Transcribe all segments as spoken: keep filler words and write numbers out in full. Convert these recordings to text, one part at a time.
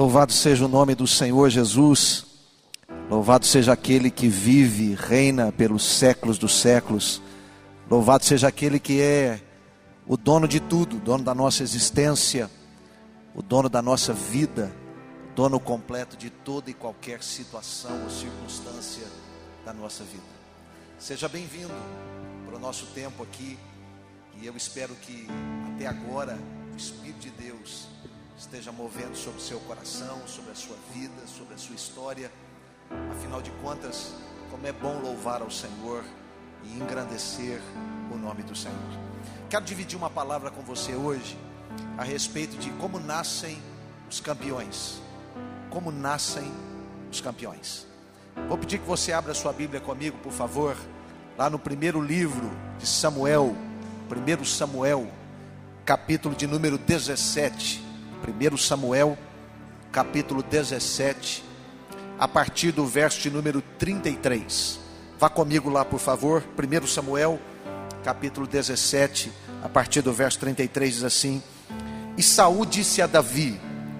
Louvado seja o nome do Senhor Jesus. Louvado seja aquele que vive, reina pelos séculos dos séculos. Louvado seja aquele que é o dono de tudo, dono da nossa existência, o dono da nossa vida, o dono completo de toda e qualquer situação ou circunstância da nossa vida. Seja bem-vindo para o nosso tempo aqui, e eu espero que até agora o Espírito de Deus esteja movendo sobre o seu coração, sobre a sua vida, sobre a sua história. Afinal de contas, como é bom louvar ao Senhor e engrandecer o nome do Senhor. Quero dividir uma palavra com você hoje a respeito de como nascem os campeões. Como nascem os campeões. Vou pedir que você abra sua Bíblia comigo, por favor, lá no primeiro livro de Samuel, primeiro Samuel, capítulo de número dezessete. primeiro Samuel, capítulo dezessete, a partir do verso de número trinta e três. Vá comigo lá, por favor. primeiro Samuel, capítulo dezessete, a partir do verso trinta e três, diz assim: E Saul disse a Davi: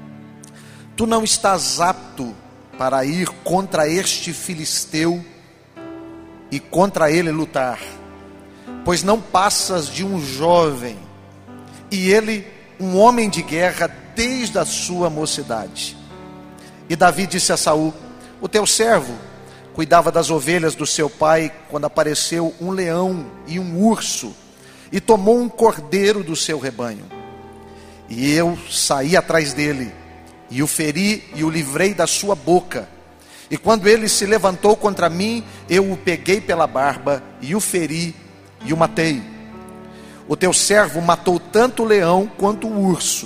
Tu não estás apto para ir contra este filisteu e contra ele lutar, pois não passas de um jovem, e ele um homem de guerra desde a sua mocidade. E Davi disse a Saul: O teu servo cuidava das ovelhas do seu pai, quando apareceu um leão e um urso, e tomou um cordeiro do seu rebanho. E eu saí atrás dele, e o feri e o livrei da sua boca. E quando ele se levantou contra mim, eu o peguei pela barba, e o feri e o matei. O teu servo matou tanto o leão quanto o urso,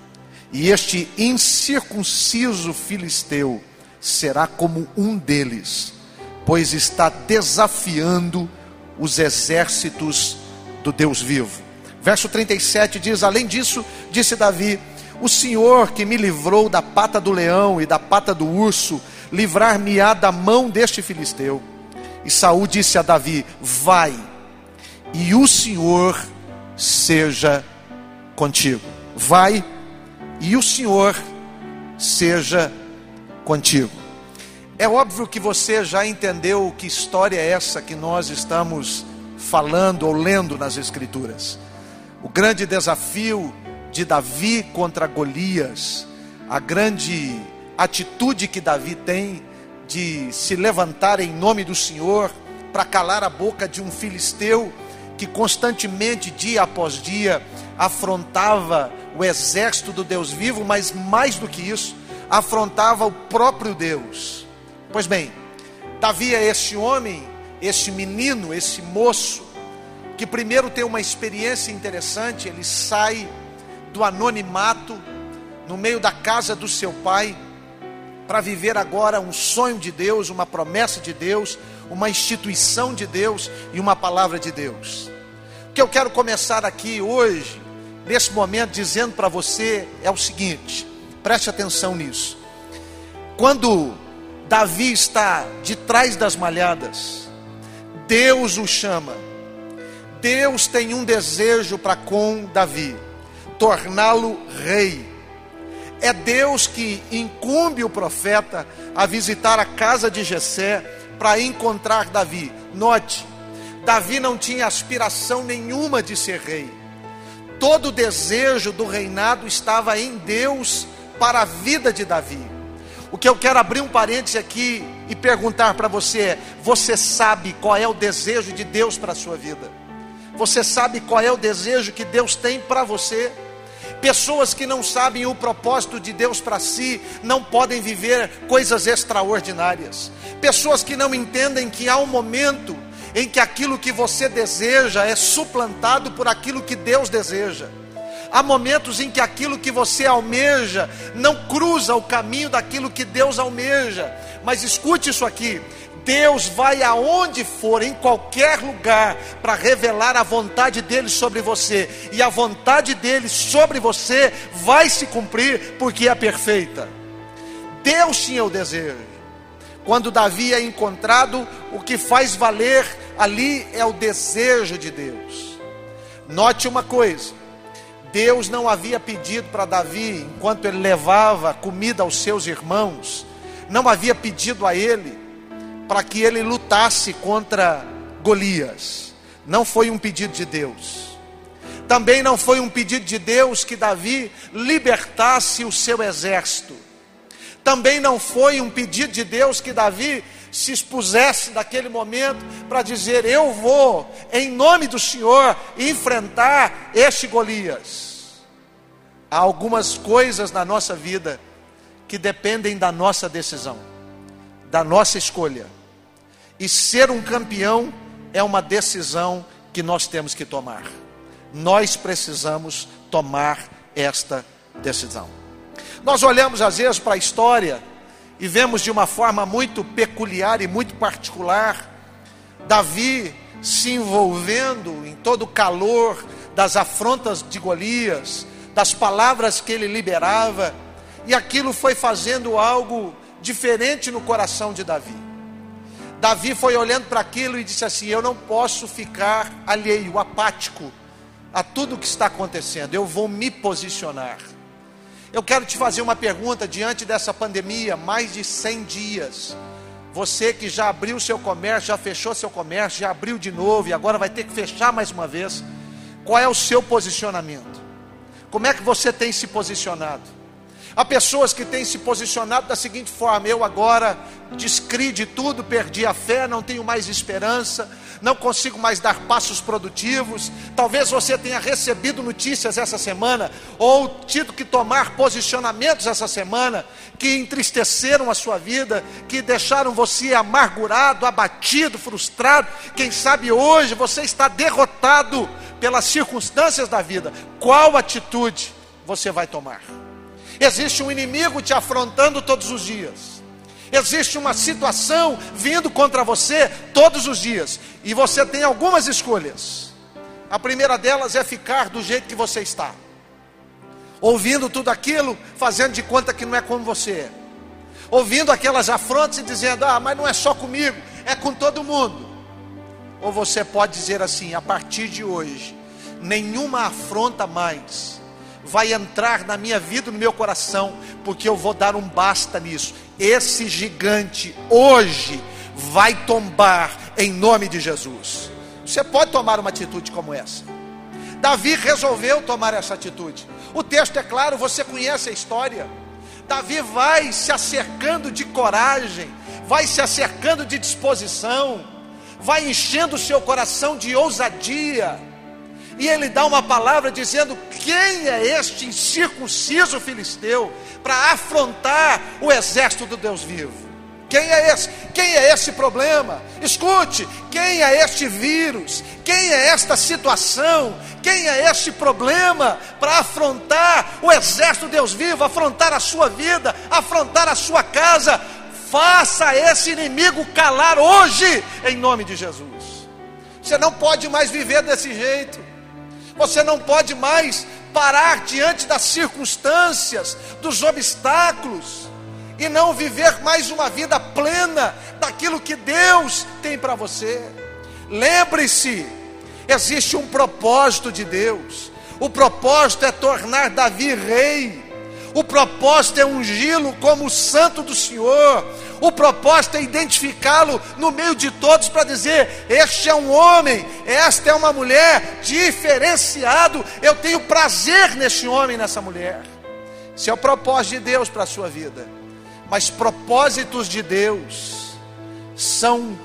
e este incircunciso filisteu será como um deles, pois está desafiando os exércitos do Deus vivo. Verso trinta e sete diz: Além disso, disse Davi: O Senhor que me livrou da pata do leão e da pata do urso, livrar-me-á da mão deste filisteu. E Saul disse a Davi: Vai, e o Senhor seja contigo. Vai, e o Senhor seja contigo. É óbvio que você já entendeu que história é essa que nós estamos falando ou lendo nas Escrituras. O grande desafio de Davi contra Golias, a grande atitude que Davi tem de se levantar em nome do Senhor para calar a boca de um filisteu que constantemente, dia após dia, afrontava o exército do Deus vivo, mas mais do que isso, afrontava o próprio Deus. Pois bem, Davi é esse homem, esse menino, esse moço, que primeiro tem uma experiência interessante. Ele sai do anonimato, no meio da casa do seu pai, para viver agora um sonho de Deus, uma promessa de Deus, uma instituição de Deus e uma palavra de Deus. O que eu quero começar aqui hoje, nesse momento, dizendo para você é o seguinte: preste atenção nisso. Quando Davi está de trás das malhadas, Deus o chama. Deus tem um desejo para com Davi: torná-lo rei. É Deus que incumbe o profeta a visitar a casa de Jessé para encontrar Davi. Note, Davi não tinha aspiração nenhuma de ser rei. Todo o desejo do reinado estava em Deus para a vida de Davi. O que eu quero abrir um parêntese aqui e perguntar para você é: você sabe qual é o desejo de Deus para a sua vida? Você sabe qual é o desejo que Deus tem para você? Pessoas que não sabem o propósito de Deus para si não podem viver coisas extraordinárias. Pessoas que não entendem que há um momento em que aquilo que você deseja é suplantado por aquilo que Deus deseja. Há momentos em que aquilo que você almeja não cruza o caminho daquilo que Deus almeja. Mas escute isso aqui: Deus vai aonde for, em qualquer lugar, para revelar a vontade dele sobre você. E a vontade dele sobre você vai se cumprir, porque é perfeita. Deus tinha o desejo. Quando Davi é encontrado, o que faz valer ali é o desejo de Deus. Note uma coisa: Deus não havia pedido para Davi, enquanto ele levava comida aos seus irmãos, não havia pedido a ele para que ele lutasse contra Golias. Não foi um pedido de Deus. Também não foi um pedido de Deus que Davi libertasse o seu exército. Também não foi um pedido de Deus que Davi se expusesse naquele momento para dizer: eu vou, em nome do Senhor, enfrentar este Golias. Há algumas coisas na nossa vida que dependem da nossa decisão, da nossa escolha. E ser um campeão é uma decisão que nós temos que tomar. Nós precisamos tomar esta decisão. Nós olhamos às vezes para a história e vemos de uma forma muito peculiar e muito particular Davi se envolvendo em todo o calor das afrontas de Golias, das palavras que ele liberava, e aquilo foi fazendo algo diferente no coração de Davi. Davi foi olhando para aquilo e disse assim: eu não posso ficar alheio, apático a tudo o que está acontecendo, eu vou me posicionar. Eu quero te fazer uma pergunta diante dessa pandemia, mais de cem dias. Você que já abriu seu comércio, já fechou seu comércio, já abriu de novo e agora vai ter que fechar mais uma vez. Qual é o seu posicionamento? Como é que você tem se posicionado? Há pessoas que têm se posicionado da seguinte forma: eu agora descri de tudo, perdi a fé, não tenho mais esperança, não consigo mais dar passos produtivos. Talvez você tenha recebido notícias essa semana, ou tido que tomar posicionamentos essa semana, que entristeceram a sua vida, que deixaram você amargurado, abatido, frustrado. Quem sabe hoje você está derrotado pelas circunstâncias da vida. Qual atitude você vai tomar? Existe um inimigo te afrontando todos os dias. Existe uma situação vindo contra você todos os dias. E você tem algumas escolhas. A primeira delas é ficar do jeito que você está, ouvindo tudo aquilo, fazendo de conta que não é como você é, ouvindo aquelas afrontas e dizendo: ah, mas não é só comigo, é com todo mundo. Ou você pode dizer assim: a partir de hoje, nenhuma afronta mais vai entrar na minha vida, no meu coração, porque eu vou dar um basta nisso. Esse gigante hoje vai tombar em nome de Jesus. Você pode tomar uma atitude como essa. Davi resolveu tomar essa atitude. O texto é claro, você conhece a história. Davi vai se acercando de coragem, vai se acercando de disposição, vai enchendo o seu coração de ousadia. E ele dá uma palavra dizendo: quem é este incircunciso filisteu para afrontar o exército do Deus vivo? Quem é esse? Quem é esse problema? Escute, quem é este vírus? Quem é esta situação? Quem é este problema para afrontar o exército do Deus vivo, afrontar a sua vida, afrontar a sua casa? Faça esse inimigo calar hoje, em nome de Jesus. Você não pode mais viver desse jeito. Você não pode mais parar diante das circunstâncias, dos obstáculos, e não viver mais uma vida plena daquilo que Deus tem para você. Lembre-se, existe um propósito de Deus. O propósito é tornar Davi rei. O propósito é ungí-lo como o santo do Senhor. O propósito é identificá-lo no meio de todos para dizer: este é um homem, esta é uma mulher diferenciado. Eu tenho prazer neste homem, nessa mulher. Esse é o propósito de Deus para a sua vida. Mas propósitos de Deus são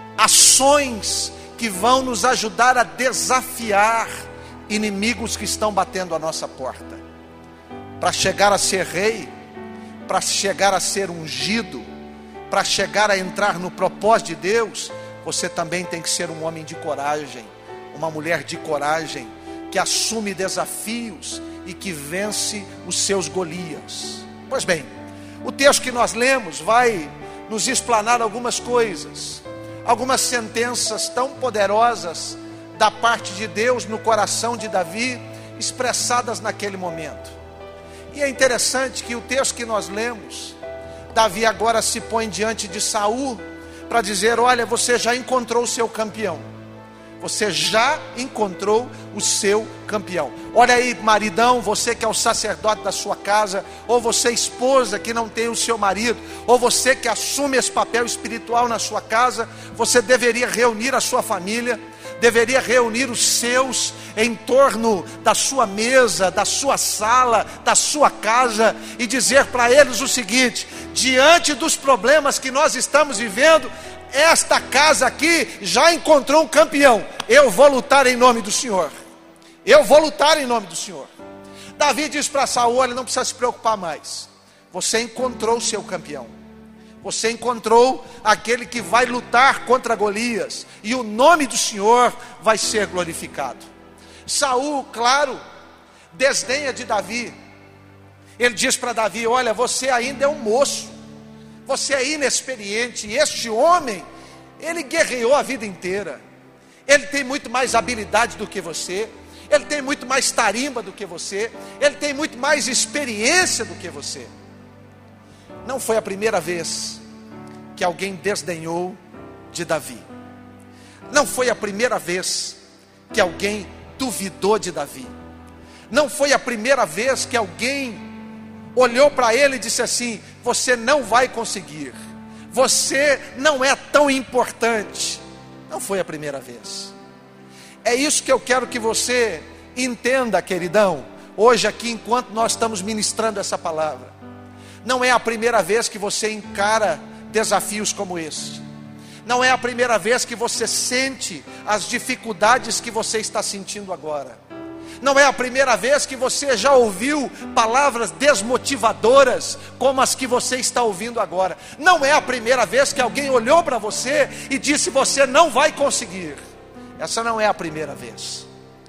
ações que vão nos ajudar a desafiar inimigos que estão batendo a nossa porta. Para chegar a ser rei, para chegar a ser ungido, para chegar a entrar no propósito de Deus, você também tem que ser um homem de coragem, uma mulher de coragem, que assume desafios e que vence os seus Golias. Pois bem, o texto que nós lemos vai nos explanar algumas coisas, algumas sentenças tão poderosas da parte de Deus no coração de Davi, expressadas naquele momento. E é interessante que o texto que nós lemos, Davi agora se põe diante de Saul para dizer: olha, você já encontrou o seu campeão. Você já encontrou o seu campeão. Olha aí, maridão, você que é o sacerdote da sua casa, ou você esposa que não tem o seu marido, ou você que assume esse papel espiritual na sua casa, você deveria reunir a sua família, deveria reunir os seus em torno da sua mesa, da sua sala, da sua casa, e dizer para eles o seguinte: diante dos problemas que nós estamos vivendo, esta casa aqui já encontrou um campeão. Eu vou lutar em nome do Senhor. Eu vou lutar em nome do Senhor. Davi diz para Saul: ele não precisa se preocupar mais. Você encontrou o seu campeão. Você encontrou aquele que vai lutar contra Golias, e o nome do Senhor vai ser glorificado. Saul, claro, desdenha de Davi. Ele diz para Davi: olha, você ainda é um moço, você é inexperiente. Este homem, ele guerreou a vida inteira. Ele tem muito mais habilidade do que você. Ele tem muito mais tarimba do que você. Ele tem muito mais experiência do que você. Não foi a primeira vez que alguém desdenhou de Davi. Não foi a primeira vez que alguém duvidou de Davi. Não foi a primeira vez que alguém olhou para ele e disse assim: você não vai conseguir, você não é tão importante. Não foi a primeira vez. É isso que eu quero que você entenda, queridão, hoje aqui, enquanto nós estamos ministrando essa palavra. Não é a primeira vez que você encara desafios como esse. Não é a primeira vez que você sente as dificuldades que você está sentindo agora. Não é a primeira vez que você já ouviu palavras desmotivadoras como as que você está ouvindo agora. Não é a primeira vez que alguém olhou para você e disse: você não vai conseguir. Essa não é a primeira vez.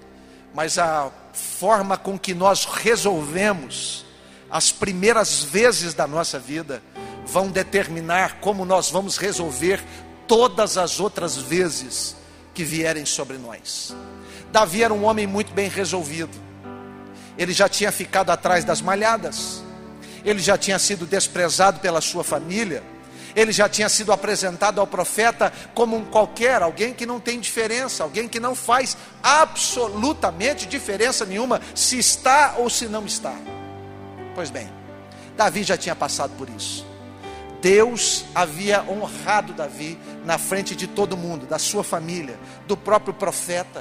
Mas a forma com que nós resolvemos as primeiras vezes da nossa vida vão determinar como nós vamos resolver todas as outras vezes que vierem sobre nós. Davi era um homem muito bem resolvido. Ele já tinha ficado atrás das malhadas. Ele já tinha sido desprezado pela sua família. Ele já tinha sido apresentado ao profeta como um qualquer, alguém que não tem diferença, alguém que não faz absolutamente diferença nenhuma se está ou se não está. Pois bem, Davi já tinha passado por isso. Deus havia honrado Davi na frente de todo mundo, da sua família, do próprio profeta.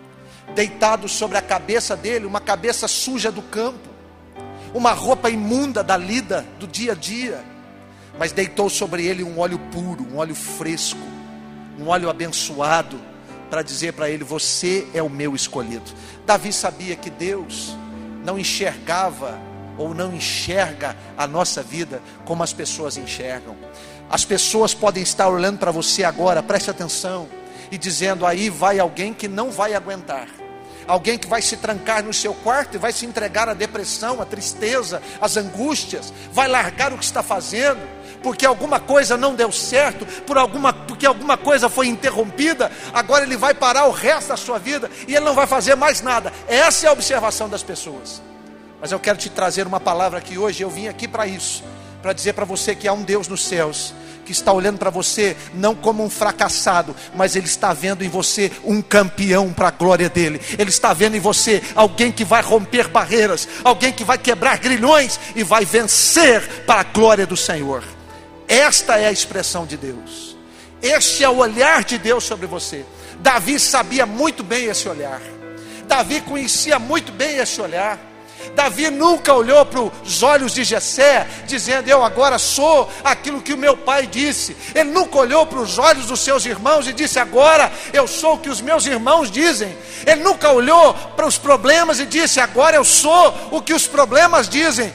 Deitado sobre a cabeça dele uma cabeça suja do campo, uma roupa imunda da lida do dia a dia, mas deitou sobre ele um óleo puro, um óleo fresco, um óleo abençoado, para dizer para ele: você é o meu escolhido. Davi sabia que Deus não enxergava ou não enxerga a nossa vida como as pessoas enxergam. As pessoas podem estar olhando para você agora, preste atenção, e dizendo: aí vai alguém que não vai aguentar, alguém que vai se trancar no seu quarto e vai se entregar à depressão, à tristeza, às angústias, vai largar o que está fazendo, porque alguma coisa não deu certo, por alguma, porque alguma coisa foi interrompida. Agora ele vai parar o resto da sua vida e ele não vai fazer mais nada. Essa é a observação das pessoas. Mas eu quero te trazer uma palavra aqui hoje. Eu vim aqui para isso, para dizer para você que há um Deus nos céus que está olhando para você não como um fracassado, mas Ele está vendo em você um campeão para a glória dEle. Ele está vendo em você alguém que vai romper barreiras, alguém que vai quebrar grilhões e vai vencer para a glória do Senhor. Esta é a expressão de Deus. Este é o olhar de Deus sobre você. Davi sabia muito bem esse olhar. Davi conhecia muito bem esse olhar. Davi nunca olhou para os olhos de Jessé dizendo: eu agora sou aquilo que o meu pai disse. Ele nunca olhou para os olhos dos seus irmãos e disse: agora eu sou o que os meus irmãos dizem. Ele nunca olhou para os problemas e disse: agora eu sou o que os problemas dizem.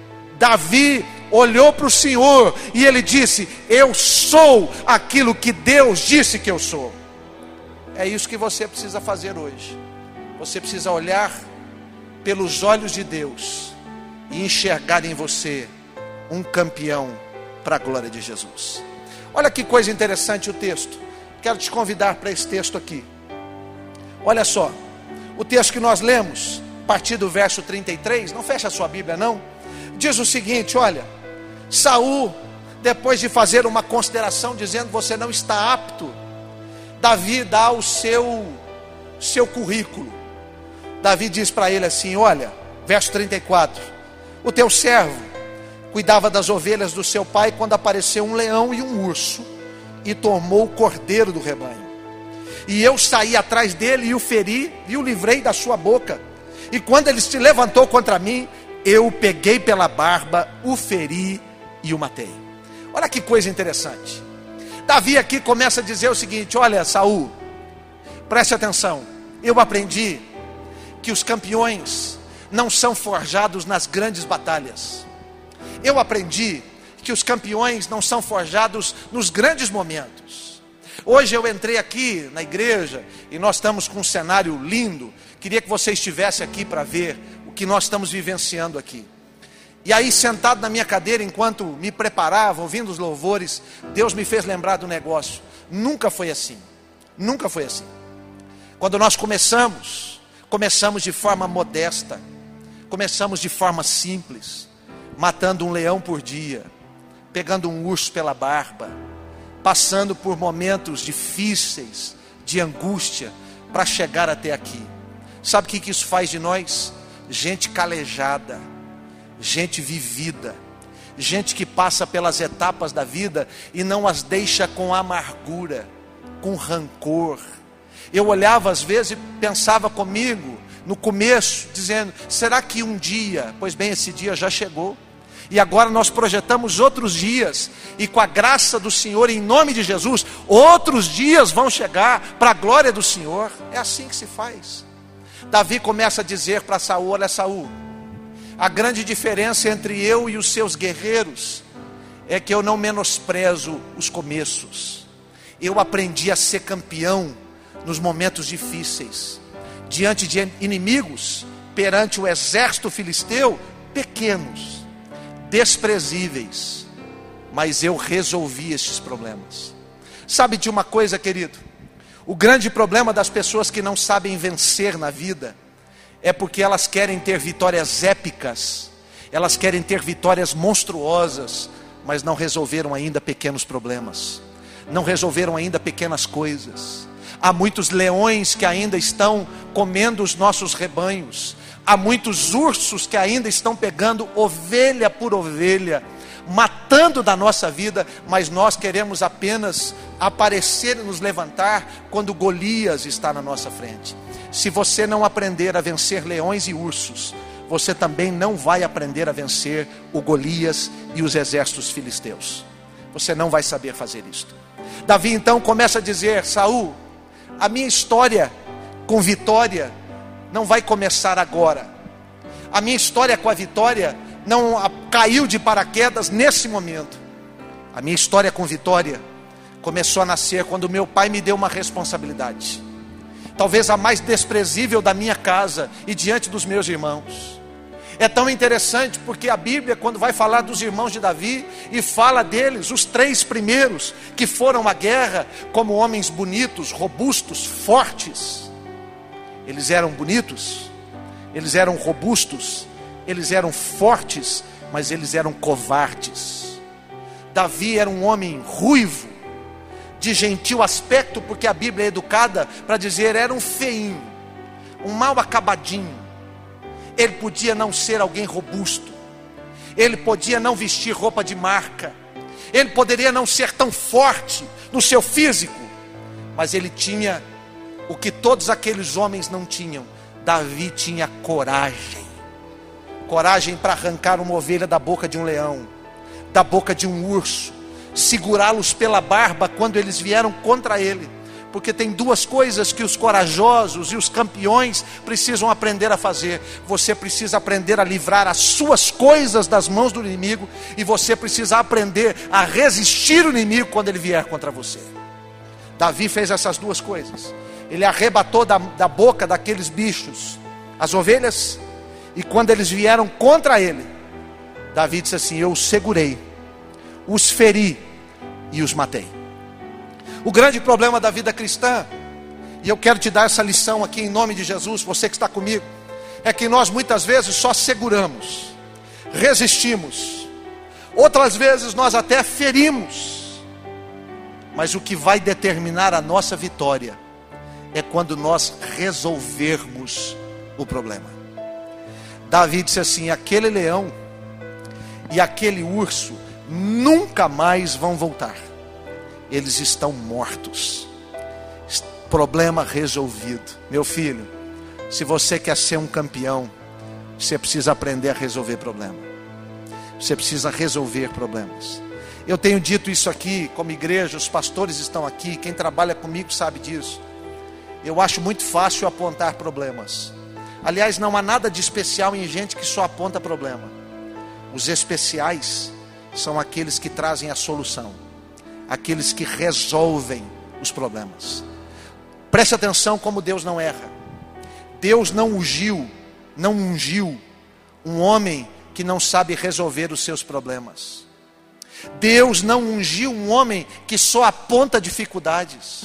Davi olhou para o Senhor e ele disse: eu sou aquilo que Deus disse que eu sou. É isso que você precisa fazer hoje. Você precisa olhar pelos olhos de Deus e enxergar em você um campeão para a glória de Jesus. Olha que coisa interessante o texto. Quero te convidar para esse texto aqui. Olha só, o texto que nós lemos, a partir do verso trinta e três, não fecha a sua Bíblia não, diz o seguinte: olha, Saul, depois de fazer uma consideração dizendo: você não está apto, Davi dá o seu seu currículo. Davi diz para ele assim, olha, verso trinta e quatro, o teu servo cuidava das ovelhas do seu pai quando apareceu um leão e um urso e tomou o cordeiro do rebanho. E eu saí atrás dele e o feri e o livrei da sua boca. E quando ele se levantou contra mim, eu o peguei pela barba, o feri e o matei. Olha que coisa interessante. Davi aqui começa a dizer o seguinte, olha, Saul, preste atenção, eu aprendi que os campeões não são forjados nas grandes batalhas. Eu aprendi que os campeões não são forjados nos grandes momentos. Hoje eu entrei aqui na igreja e nós estamos com um cenário lindo. Queria que você estivesse aqui para ver o que nós estamos vivenciando aqui. E aí, sentado na minha cadeira, enquanto me preparava, ouvindo os louvores, Deus me fez lembrar do negócio. Nunca foi assim. Nunca foi assim. Quando nós começamos, começamos de forma modesta. Começamos de forma simples. Matando um leão por dia. Pegando um urso pela barba. Passando por momentos difíceis, de angústia, para chegar até aqui. Sabe o que isso faz de nós? Gente calejada. Gente vivida, gente que passa pelas etapas da vida e não as deixa com amargura, com rancor. Eu olhava às vezes e pensava comigo, no começo, dizendo, será que um dia, pois bem, esse dia já chegou, e agora nós projetamos outros dias, e com a graça do Senhor, em nome de Jesus, outros dias vão chegar, para a glória do Senhor. É assim que se faz. Davi começa a dizer para Saul, olha Saul, a grande diferença entre eu e os seus guerreiros é que eu não menosprezo os começos. Eu aprendi a ser campeão nos momentos difíceis, diante de inimigos, perante o exército filisteu, pequenos, desprezíveis, mas eu resolvi estes problemas. Sabe de uma coisa, querido? O grande problema das pessoas que não sabem vencer na vida é porque elas querem ter vitórias épicas, elas querem ter vitórias monstruosas, mas não resolveram ainda pequenos problemas, não resolveram ainda pequenas coisas. Há muitos leões que ainda estão comendo os nossos rebanhos, há muitos ursos que ainda estão pegando ovelha por ovelha, matando da nossa vida, mas nós queremos apenas aparecer e nos levantar quando Golias está na nossa frente. Se você não aprender a vencer leões e ursos, você também não vai aprender a vencer o Golias e os exércitos filisteus. Você não vai saber fazer isto. Davi então começa a dizer, Saul, a minha história com vitória não vai começar agora. A minha história com a vitória não caiu de paraquedas nesse momento. A minha história com vitória começou a nascer quando meu pai me deu uma responsabilidade, talvez a mais desprezível da minha casa e diante dos meus irmãos. É tão interessante porque a Bíblia, quando vai falar dos irmãos de Davi, e fala deles, os três primeiros que foram à guerra, como homens bonitos, robustos, fortes. Eles eram bonitos, eles eram robustos, eles eram fortes, mas eles eram covardes. Davi era um homem ruivo, de gentil aspecto, porque a Bíblia é educada para dizer, era um feinho, um mal acabadinho. Ele podia não ser alguém robusto, ele podia não vestir roupa de marca, ele poderia não ser tão forte no seu físico, mas ele tinha o que todos aqueles homens não tinham. Davi tinha coragem, coragem para arrancar uma ovelha da boca de um leão, da boca de um urso, segurá-los pela barba quando eles vieram contra ele. Porque tem duas coisas que os corajosos e os campeões precisam aprender a fazer. Você precisa aprender a livrar as suas coisas das mãos do inimigo, e você precisa aprender a resistir o inimigo quando ele vier contra você. Davi fez essas duas coisas. Ele arrebatou da, da boca daqueles bichos as ovelhas, e quando eles vieram contra ele, Davi disse assim, eu os segurei, os feri e os matei. O grande problema da vida cristã, e eu quero te dar essa lição aqui em nome de Jesus, você que está comigo, é que nós muitas vezes só seguramos, resistimos, outras vezes nós até ferimos, mas o que vai determinar a nossa vitória é quando nós resolvermos o problema. Davi disse assim: aquele leão e aquele urso nunca mais vão voltar. Eles estão mortos. Problema resolvido. Meu filho, se você quer ser um campeão, você precisa aprender a resolver problema. Você precisa resolver problemas. Eu tenho dito isso aqui como igreja, os pastores estão aqui, quem trabalha comigo sabe disso. Eu acho muito fácil apontar problemas. Aliás, não há nada de especial em gente que só aponta problema. Os especiais são aqueles que trazem a solução, aqueles que resolvem os problemas. Preste atenção como Deus não erra. Deus não ungiu, não ungiu um homem que não sabe resolver os seus problemas. Deus não ungiu um homem que só aponta dificuldades.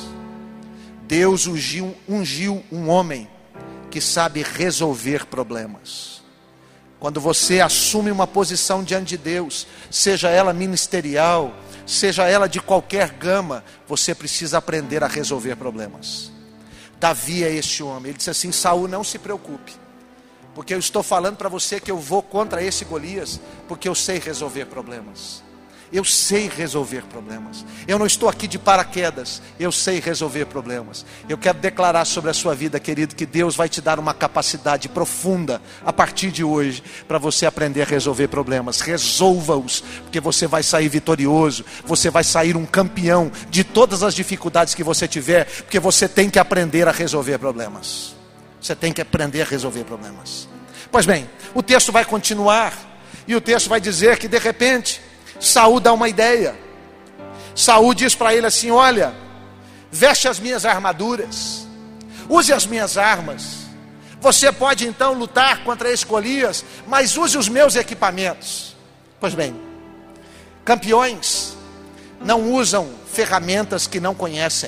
Deus ungiu, ungiu um homem que sabe resolver problemas. Quando você assume uma posição diante de Deus, seja ela ministerial, seja ela de qualquer gama, você precisa aprender a resolver problemas. Davi é este homem. Ele disse assim: Saul, não se preocupe, porque eu estou falando para você que eu vou contra esse Golias, porque eu sei resolver problemas. Eu sei resolver problemas. Eu não estou aqui de paraquedas. Eu sei resolver problemas. Eu quero declarar sobre a sua vida, querido, que Deus vai te dar uma capacidade profunda a partir de hoje, para você aprender a resolver problemas. Resolva-os, porque você vai sair vitorioso. Você vai sair um campeão de todas as dificuldades que você tiver, porque você tem que aprender a resolver problemas. Você tem que aprender a resolver problemas. Pois bem, o texto vai continuar, e o texto vai dizer que de repente Saul dá uma ideia. Saul diz para ele assim: olha, veste as minhas armaduras, use as minhas armas. Você pode então lutar contra esse Golias, mas use os meus equipamentos. Pois bem, campeões não usam ferramentas que não conhecem.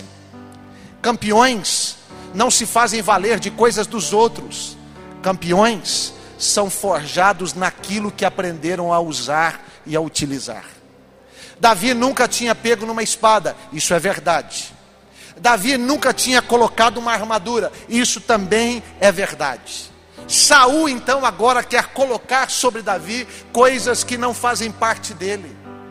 Campeões não se fazem valer de coisas dos outros. Campeões são forjados naquilo que aprenderam a usar e a utilizar. Davi nunca tinha pego numa espada, isso é verdade. Davi nunca tinha colocado uma armadura, isso também é verdade. Saul então agora quer colocar sobre Davi coisas que não fazem parte dele.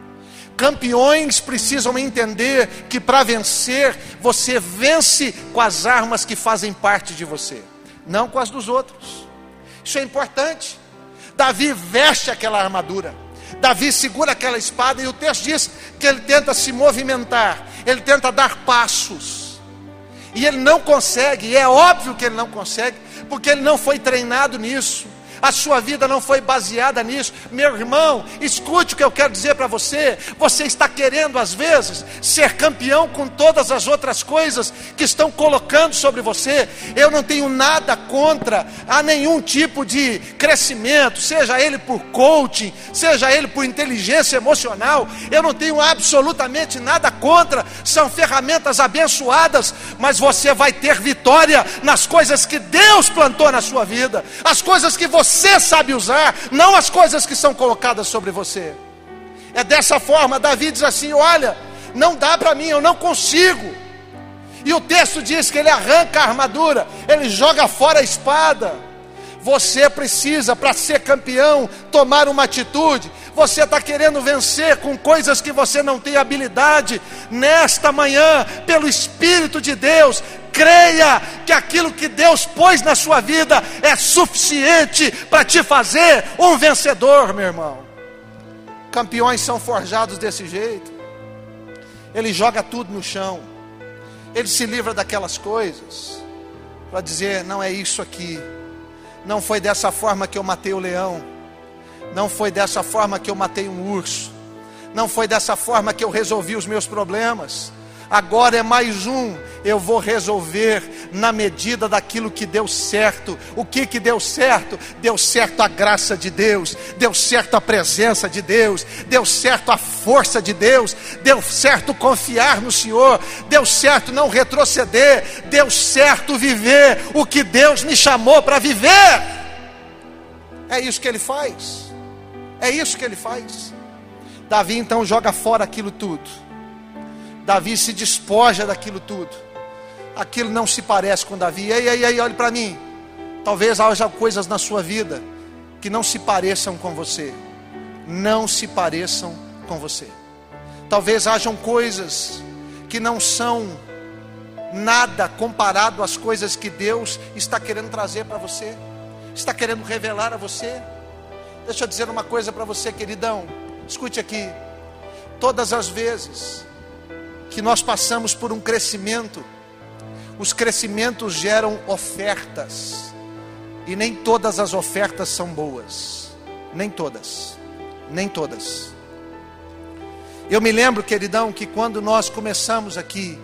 Campeões precisam entender que para vencer, você vence com as armas que fazem parte de você, não com as dos outros. Isso é importante. Davi veste aquela armadura, Davi segura aquela espada, e o texto diz que ele tenta se movimentar, ele tenta dar passos, e ele não consegue. E é óbvio que ele não consegue, porque ele não foi treinado nisso. A sua vida não foi baseada nisso. Meu irmão, escute o que eu quero dizer para você. Você está querendo às vezes ser campeão com todas as outras coisas que estão colocando sobre você. Eu não tenho nada contra a nenhum tipo de crescimento, seja ele por coaching, seja ele por inteligência emocional. Eu não tenho absolutamente nada contra. São ferramentas abençoadas, mas você vai ter vitória nas coisas que Deus plantou na sua vida, as coisas que você Você sabe usar, não as coisas que são colocadas sobre você. É dessa forma. Davi diz assim: olha, não dá para mim, eu não consigo. E o texto diz que ele arranca a armadura, ele joga fora a espada. Você precisa, para ser campeão, tomar uma atitude. Você está querendo vencer com coisas que você não tem habilidade. Nesta manhã, pelo Espírito de Deus, creia que aquilo que Deus pôs na sua vida é suficiente para te fazer um vencedor, meu irmão. Campeões são forjados desse jeito. Ele joga tudo no chão, ele se livra daquelas coisas, para dizer: não é isso aqui. Não foi dessa forma que eu matei o leão, não foi dessa forma que eu matei um urso, não foi dessa forma que eu resolvi os meus problemas. Agora é mais um, eu vou resolver na medida daquilo que deu certo. O que que deu certo? Deu certo a graça de Deus, deu certo a presença de Deus, deu certo a força de Deus, deu certo confiar no Senhor, deu certo não retroceder, deu certo viver o que Deus me chamou para viver. É isso que ele faz, é isso que ele faz. Davi então joga fora aquilo tudo. Davi se despoja daquilo tudo. aquilo não se parece com Davi. Ei, ei, ei, olhe para mim. Talvez haja coisas na sua vida que não se pareçam com você. Não se pareçam com você. Talvez hajam coisas que não são nada comparado às coisas que Deus está querendo trazer para você, está querendo revelar a você. Deixa eu dizer uma coisa para você, queridão. Escute aqui. Todas as vezes que nós passamos por um crescimento, os crescimentos geram ofertas. E nem todas as ofertas são boas. Nem todas. Nem todas. Eu me lembro, queridão, que quando nós começamos aqui,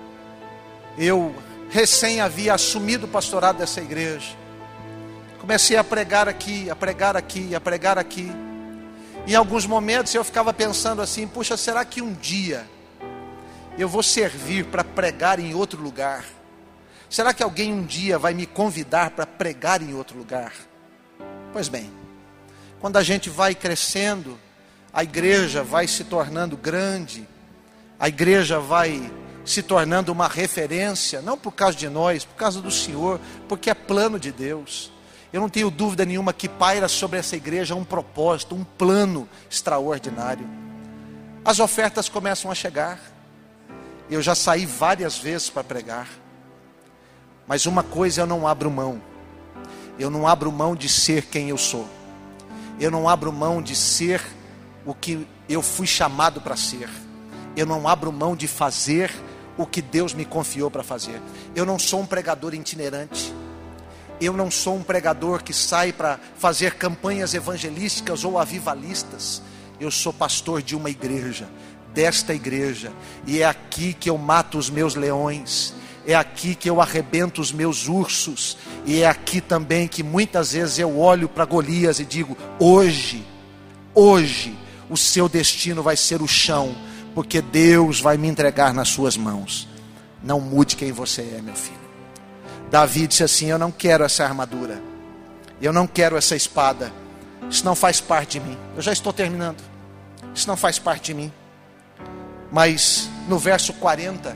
eu recém havia assumido o pastorado dessa igreja. Comecei a pregar aqui, a pregar aqui, a pregar aqui. Em alguns momentos eu ficava pensando assim: puxa, será que um dia eu vou servir para pregar em outro lugar? Será que alguém um dia vai me convidar para pregar em outro lugar? Pois bem, quando a gente vai crescendo, a igreja vai se tornando grande, a igreja vai se tornando uma referência, não por causa de nós, por causa do Senhor, porque é plano de Deus. Eu não tenho dúvida nenhuma que paira sobre essa igreja um propósito, um plano extraordinário. As ofertas começam a chegar. Eu já saí várias vezes para pregar, mas uma coisa eu não abro mão. Eu não abro mão de ser quem eu sou. Eu não abro mão de ser o que eu fui chamado para ser. Eu não abro mão de fazer o que Deus me confiou para fazer. Eu não sou um pregador itinerante. Eu não sou um pregador que sai para fazer campanhas evangelísticas ou avivalistas. Eu sou pastor de uma igreja, desta igreja. E é aqui que eu mato os meus leões. É aqui que eu arrebento os meus ursos. E é aqui também que muitas vezes eu olho para Golias e digo: hoje, hoje, o seu destino vai ser o chão, porque Deus vai me entregar nas suas mãos. Não mude quem você é, meu filho. Davi disse assim: eu não quero essa armadura, eu não quero essa espada, isso não faz parte de mim. Eu já estou terminando. Isso não faz parte de mim. Mas no verso quarenta,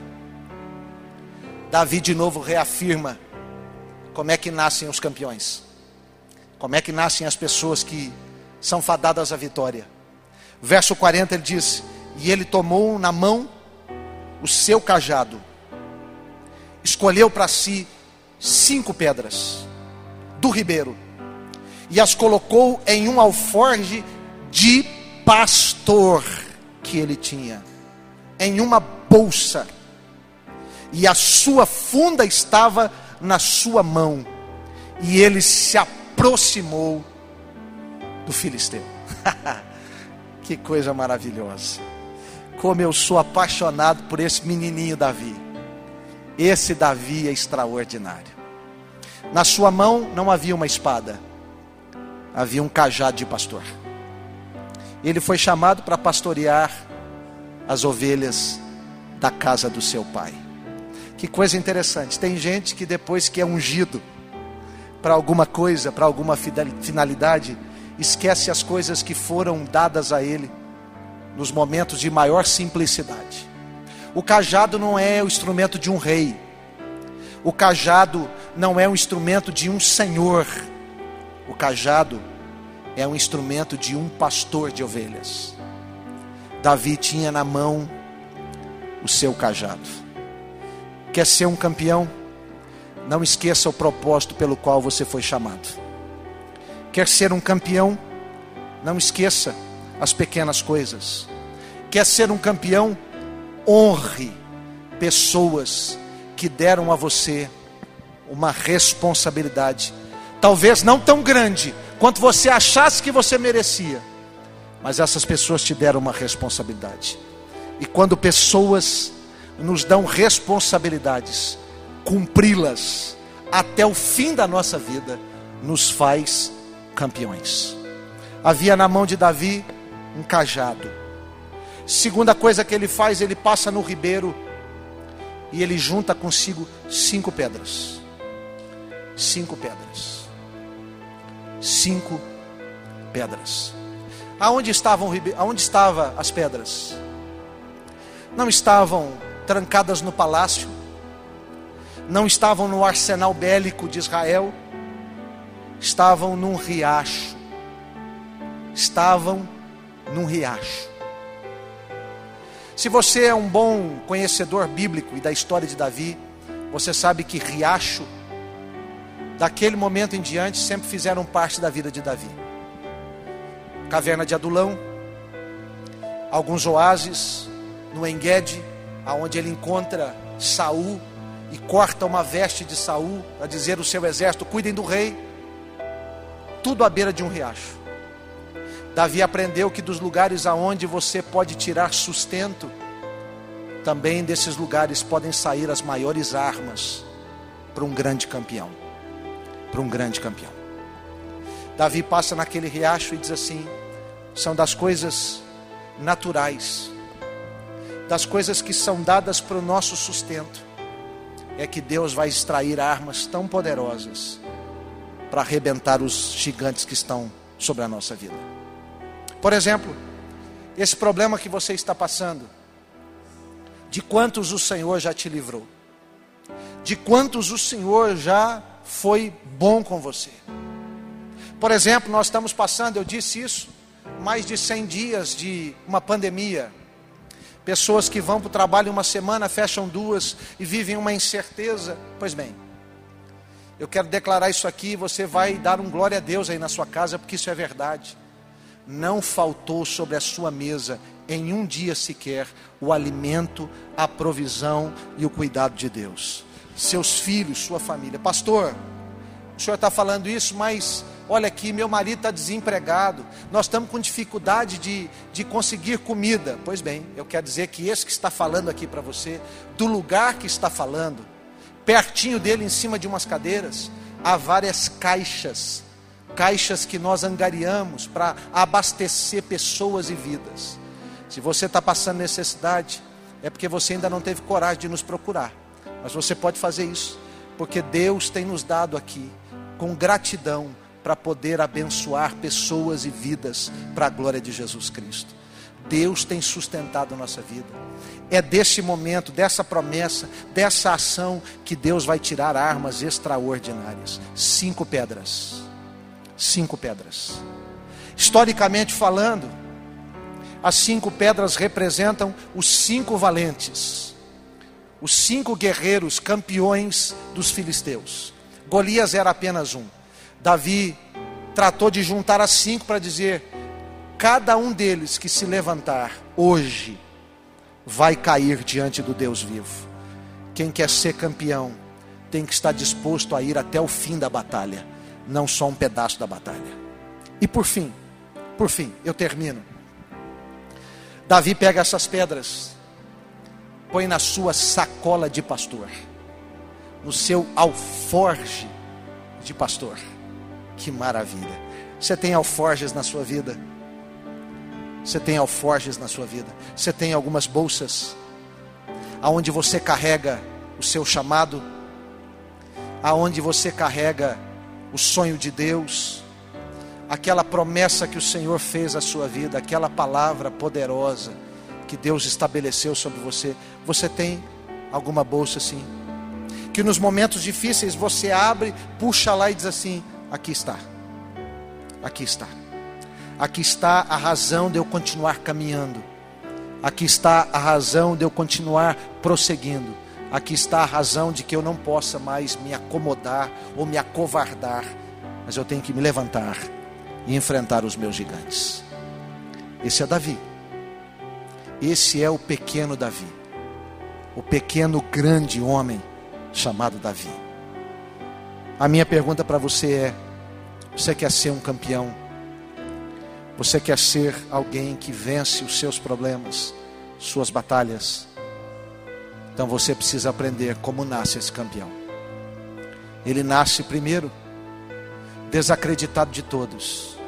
Davi de novo reafirma como é que nascem os campeões, como é que nascem as pessoas que são fadadas à vitória. Verso quarenta ele diz: e ele tomou na mão o seu cajado, escolheu para si cinco pedras do ribeiro e as colocou em um alforje de pastor que ele tinha, em uma bolsa, e a sua funda estava na sua mão, e ele se aproximou do filisteu. Que coisa maravilhosa. Como eu sou apaixonado por esse menininho Davi. Esse Davi é extraordinário. Na sua mão não havia uma espada, havia um cajado de pastor. Ele foi chamado para pastorear as ovelhas da casa do seu pai. Que coisa interessante. Tem gente que depois que é ungido para alguma coisa, para alguma finalidade, esquece as coisas que foram dadas a ele nos momentos de maior simplicidade. O cajado não é o instrumento de um rei. O cajado não é um instrumento de um senhor. O cajado é um instrumento de um pastor de ovelhas. Davi tinha na mão o seu cajado. Quer ser um campeão? Não esqueça o propósito pelo qual você foi chamado. Quer ser um campeão? Não esqueça as pequenas coisas. Quer ser um campeão? Honre pessoas que deram a você uma responsabilidade, talvez não tão grande quanto você achasse que você merecia, mas essas pessoas te deram uma responsabilidade. E quando pessoas nos dão responsabilidades, cumpri-las até o fim da nossa vida nos faz campeões. Havia na mão de Davi um cajado. Segunda coisa que ele faz, ele passa no ribeiro e ele junta consigo cinco pedras. Cinco pedras. Cinco pedras. Aonde estavam, aonde estavam as pedras? Não estavam trancadas no palácio, não estavam no arsenal bélico de Israel, estavam num riacho. Estavam num riacho. Se você é um bom conhecedor bíblico e da história de Davi, você sabe que riacho, daquele momento em diante, sempre fizeram parte da vida de Davi. Caverna de Adulão, alguns oásis no Engedi, aonde ele encontra Saul e corta uma veste de Saul para dizer ao seu exército: cuidem do rei. Tudo à beira de um riacho. Davi aprendeu que dos lugares aonde você pode tirar sustento, também desses lugares podem sair as maiores armas para um grande campeão. Para um grande campeão. Davi passa naquele riacho e diz assim: são das coisas naturais, das coisas que são dadas para o nosso sustento, é que Deus vai extrair armas tão poderosas para arrebentar os gigantes que estão sobre a nossa vida. Por exemplo, esse problema que você está passando, de quantos o Senhor já te livrou? De quantos o Senhor já foi bom com você? Por exemplo, nós estamos passando, eu disse isso, mais de cem dias de uma pandemia. Pessoas que vão para o trabalho uma semana, fecham duas e vivem uma incerteza. Pois bem, eu quero declarar isso aqui, você vai dar um glória a Deus aí na sua casa, porque isso é verdade. Não faltou sobre a sua mesa, em um dia sequer, o alimento, a provisão e o cuidado de Deus. Seus filhos, sua família. Pastor, o senhor está falando isso, mas olha aqui, meu marido está desempregado, nós estamos com dificuldade de, de conseguir comida. Pois bem, eu quero dizer que esse que está falando aqui para você, do lugar que está falando, pertinho dele, em cima de umas cadeiras, há várias caixas, caixas que nós angariamos para abastecer pessoas e vidas. Se você está passando necessidade, é porque você ainda não teve coragem de nos procurar, mas você pode fazer isso, porque Deus tem nos dado aqui, com gratidão, para poder abençoar pessoas e vidas, para a glória de Jesus Cristo. Deus tem sustentado a nossa vida. É desse momento, dessa promessa, dessa ação, que Deus vai tirar armas extraordinárias. Cinco pedras. Cinco pedras. Historicamente falando, as cinco pedras representam os cinco valentes, os cinco guerreiros campeões dos filisteus. Golias era apenas um. Davi tratou de juntar as cinco para dizer: cada um deles que se levantar hoje vai cair diante do Deus vivo. Quem quer ser campeão tem que estar disposto a ir até o fim da batalha, não só um pedaço da batalha. E por fim, por fim, eu termino. Davi pega essas pedras, põe na sua sacola de pastor, no seu alforje de pastor. Que maravilha! Você tem alforjes na sua vida? Você tem alforjes na sua vida? Você tem algumas bolsas aonde você carrega o seu chamado, aonde você carrega o sonho de Deus, aquela promessa que o Senhor fez à sua vida, aquela palavra poderosa que Deus estabeleceu sobre você. Você tem alguma bolsa assim, que nos momentos difíceis você abre, puxa lá e diz assim: aqui está, aqui está, aqui está a razão de eu continuar caminhando, aqui está a razão de eu continuar prosseguindo, aqui está a razão de que eu não possa mais me acomodar ou me acovardar, mas eu tenho que me levantar e enfrentar os meus gigantes. Esse é Davi, esse é o pequeno Davi, o pequeno grande homem chamado Davi. A minha pergunta para você é: você quer ser um campeão? Você quer ser alguém que vence os seus problemas, suas batalhas? Então você precisa aprender como nasce esse campeão. Ele nasce primeiro desacreditado de todos.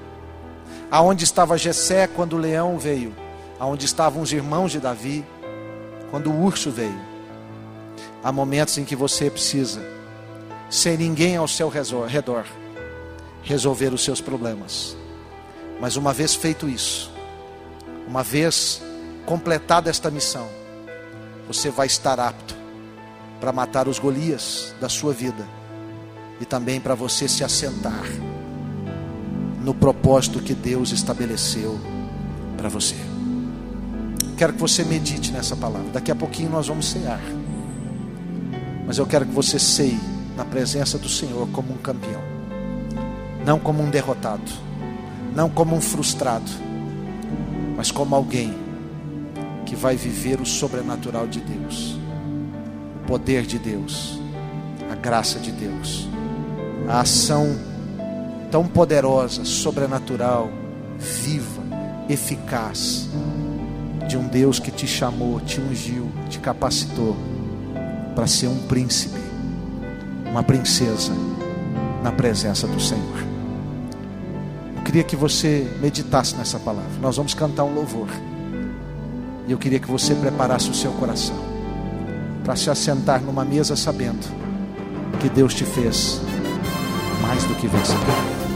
Aonde estava Jessé quando o leão veio? Aonde estavam os irmãos de Davi quando o urso veio? Há momentos em que você precisa, sem ninguém ao seu redor, resolver os seus problemas. Mas uma vez feito isso, uma vez completada esta missão, você vai estar apto para matar os Golias da sua vida e também para você se assentar no propósito que Deus estabeleceu para você. Quero que você medite nessa palavra. Daqui a pouquinho nós vamos cear, mas eu quero que você ceie na presença do Senhor como um campeão, não como um derrotado, não como um frustrado, mas como alguém que vai viver o sobrenatural de Deus, o poder de Deus, a graça de Deus, a ação tão poderosa, sobrenatural, viva, eficaz, de um Deus que te chamou, te ungiu, te capacitou para ser um príncipe, uma princesa na presença do Senhor. Eu queria que você meditasse nessa palavra. Nós vamos cantar um louvor, e eu queria que você preparasse o seu coração para se assentar numa mesa sabendo que Deus te fez mais do que vencedor.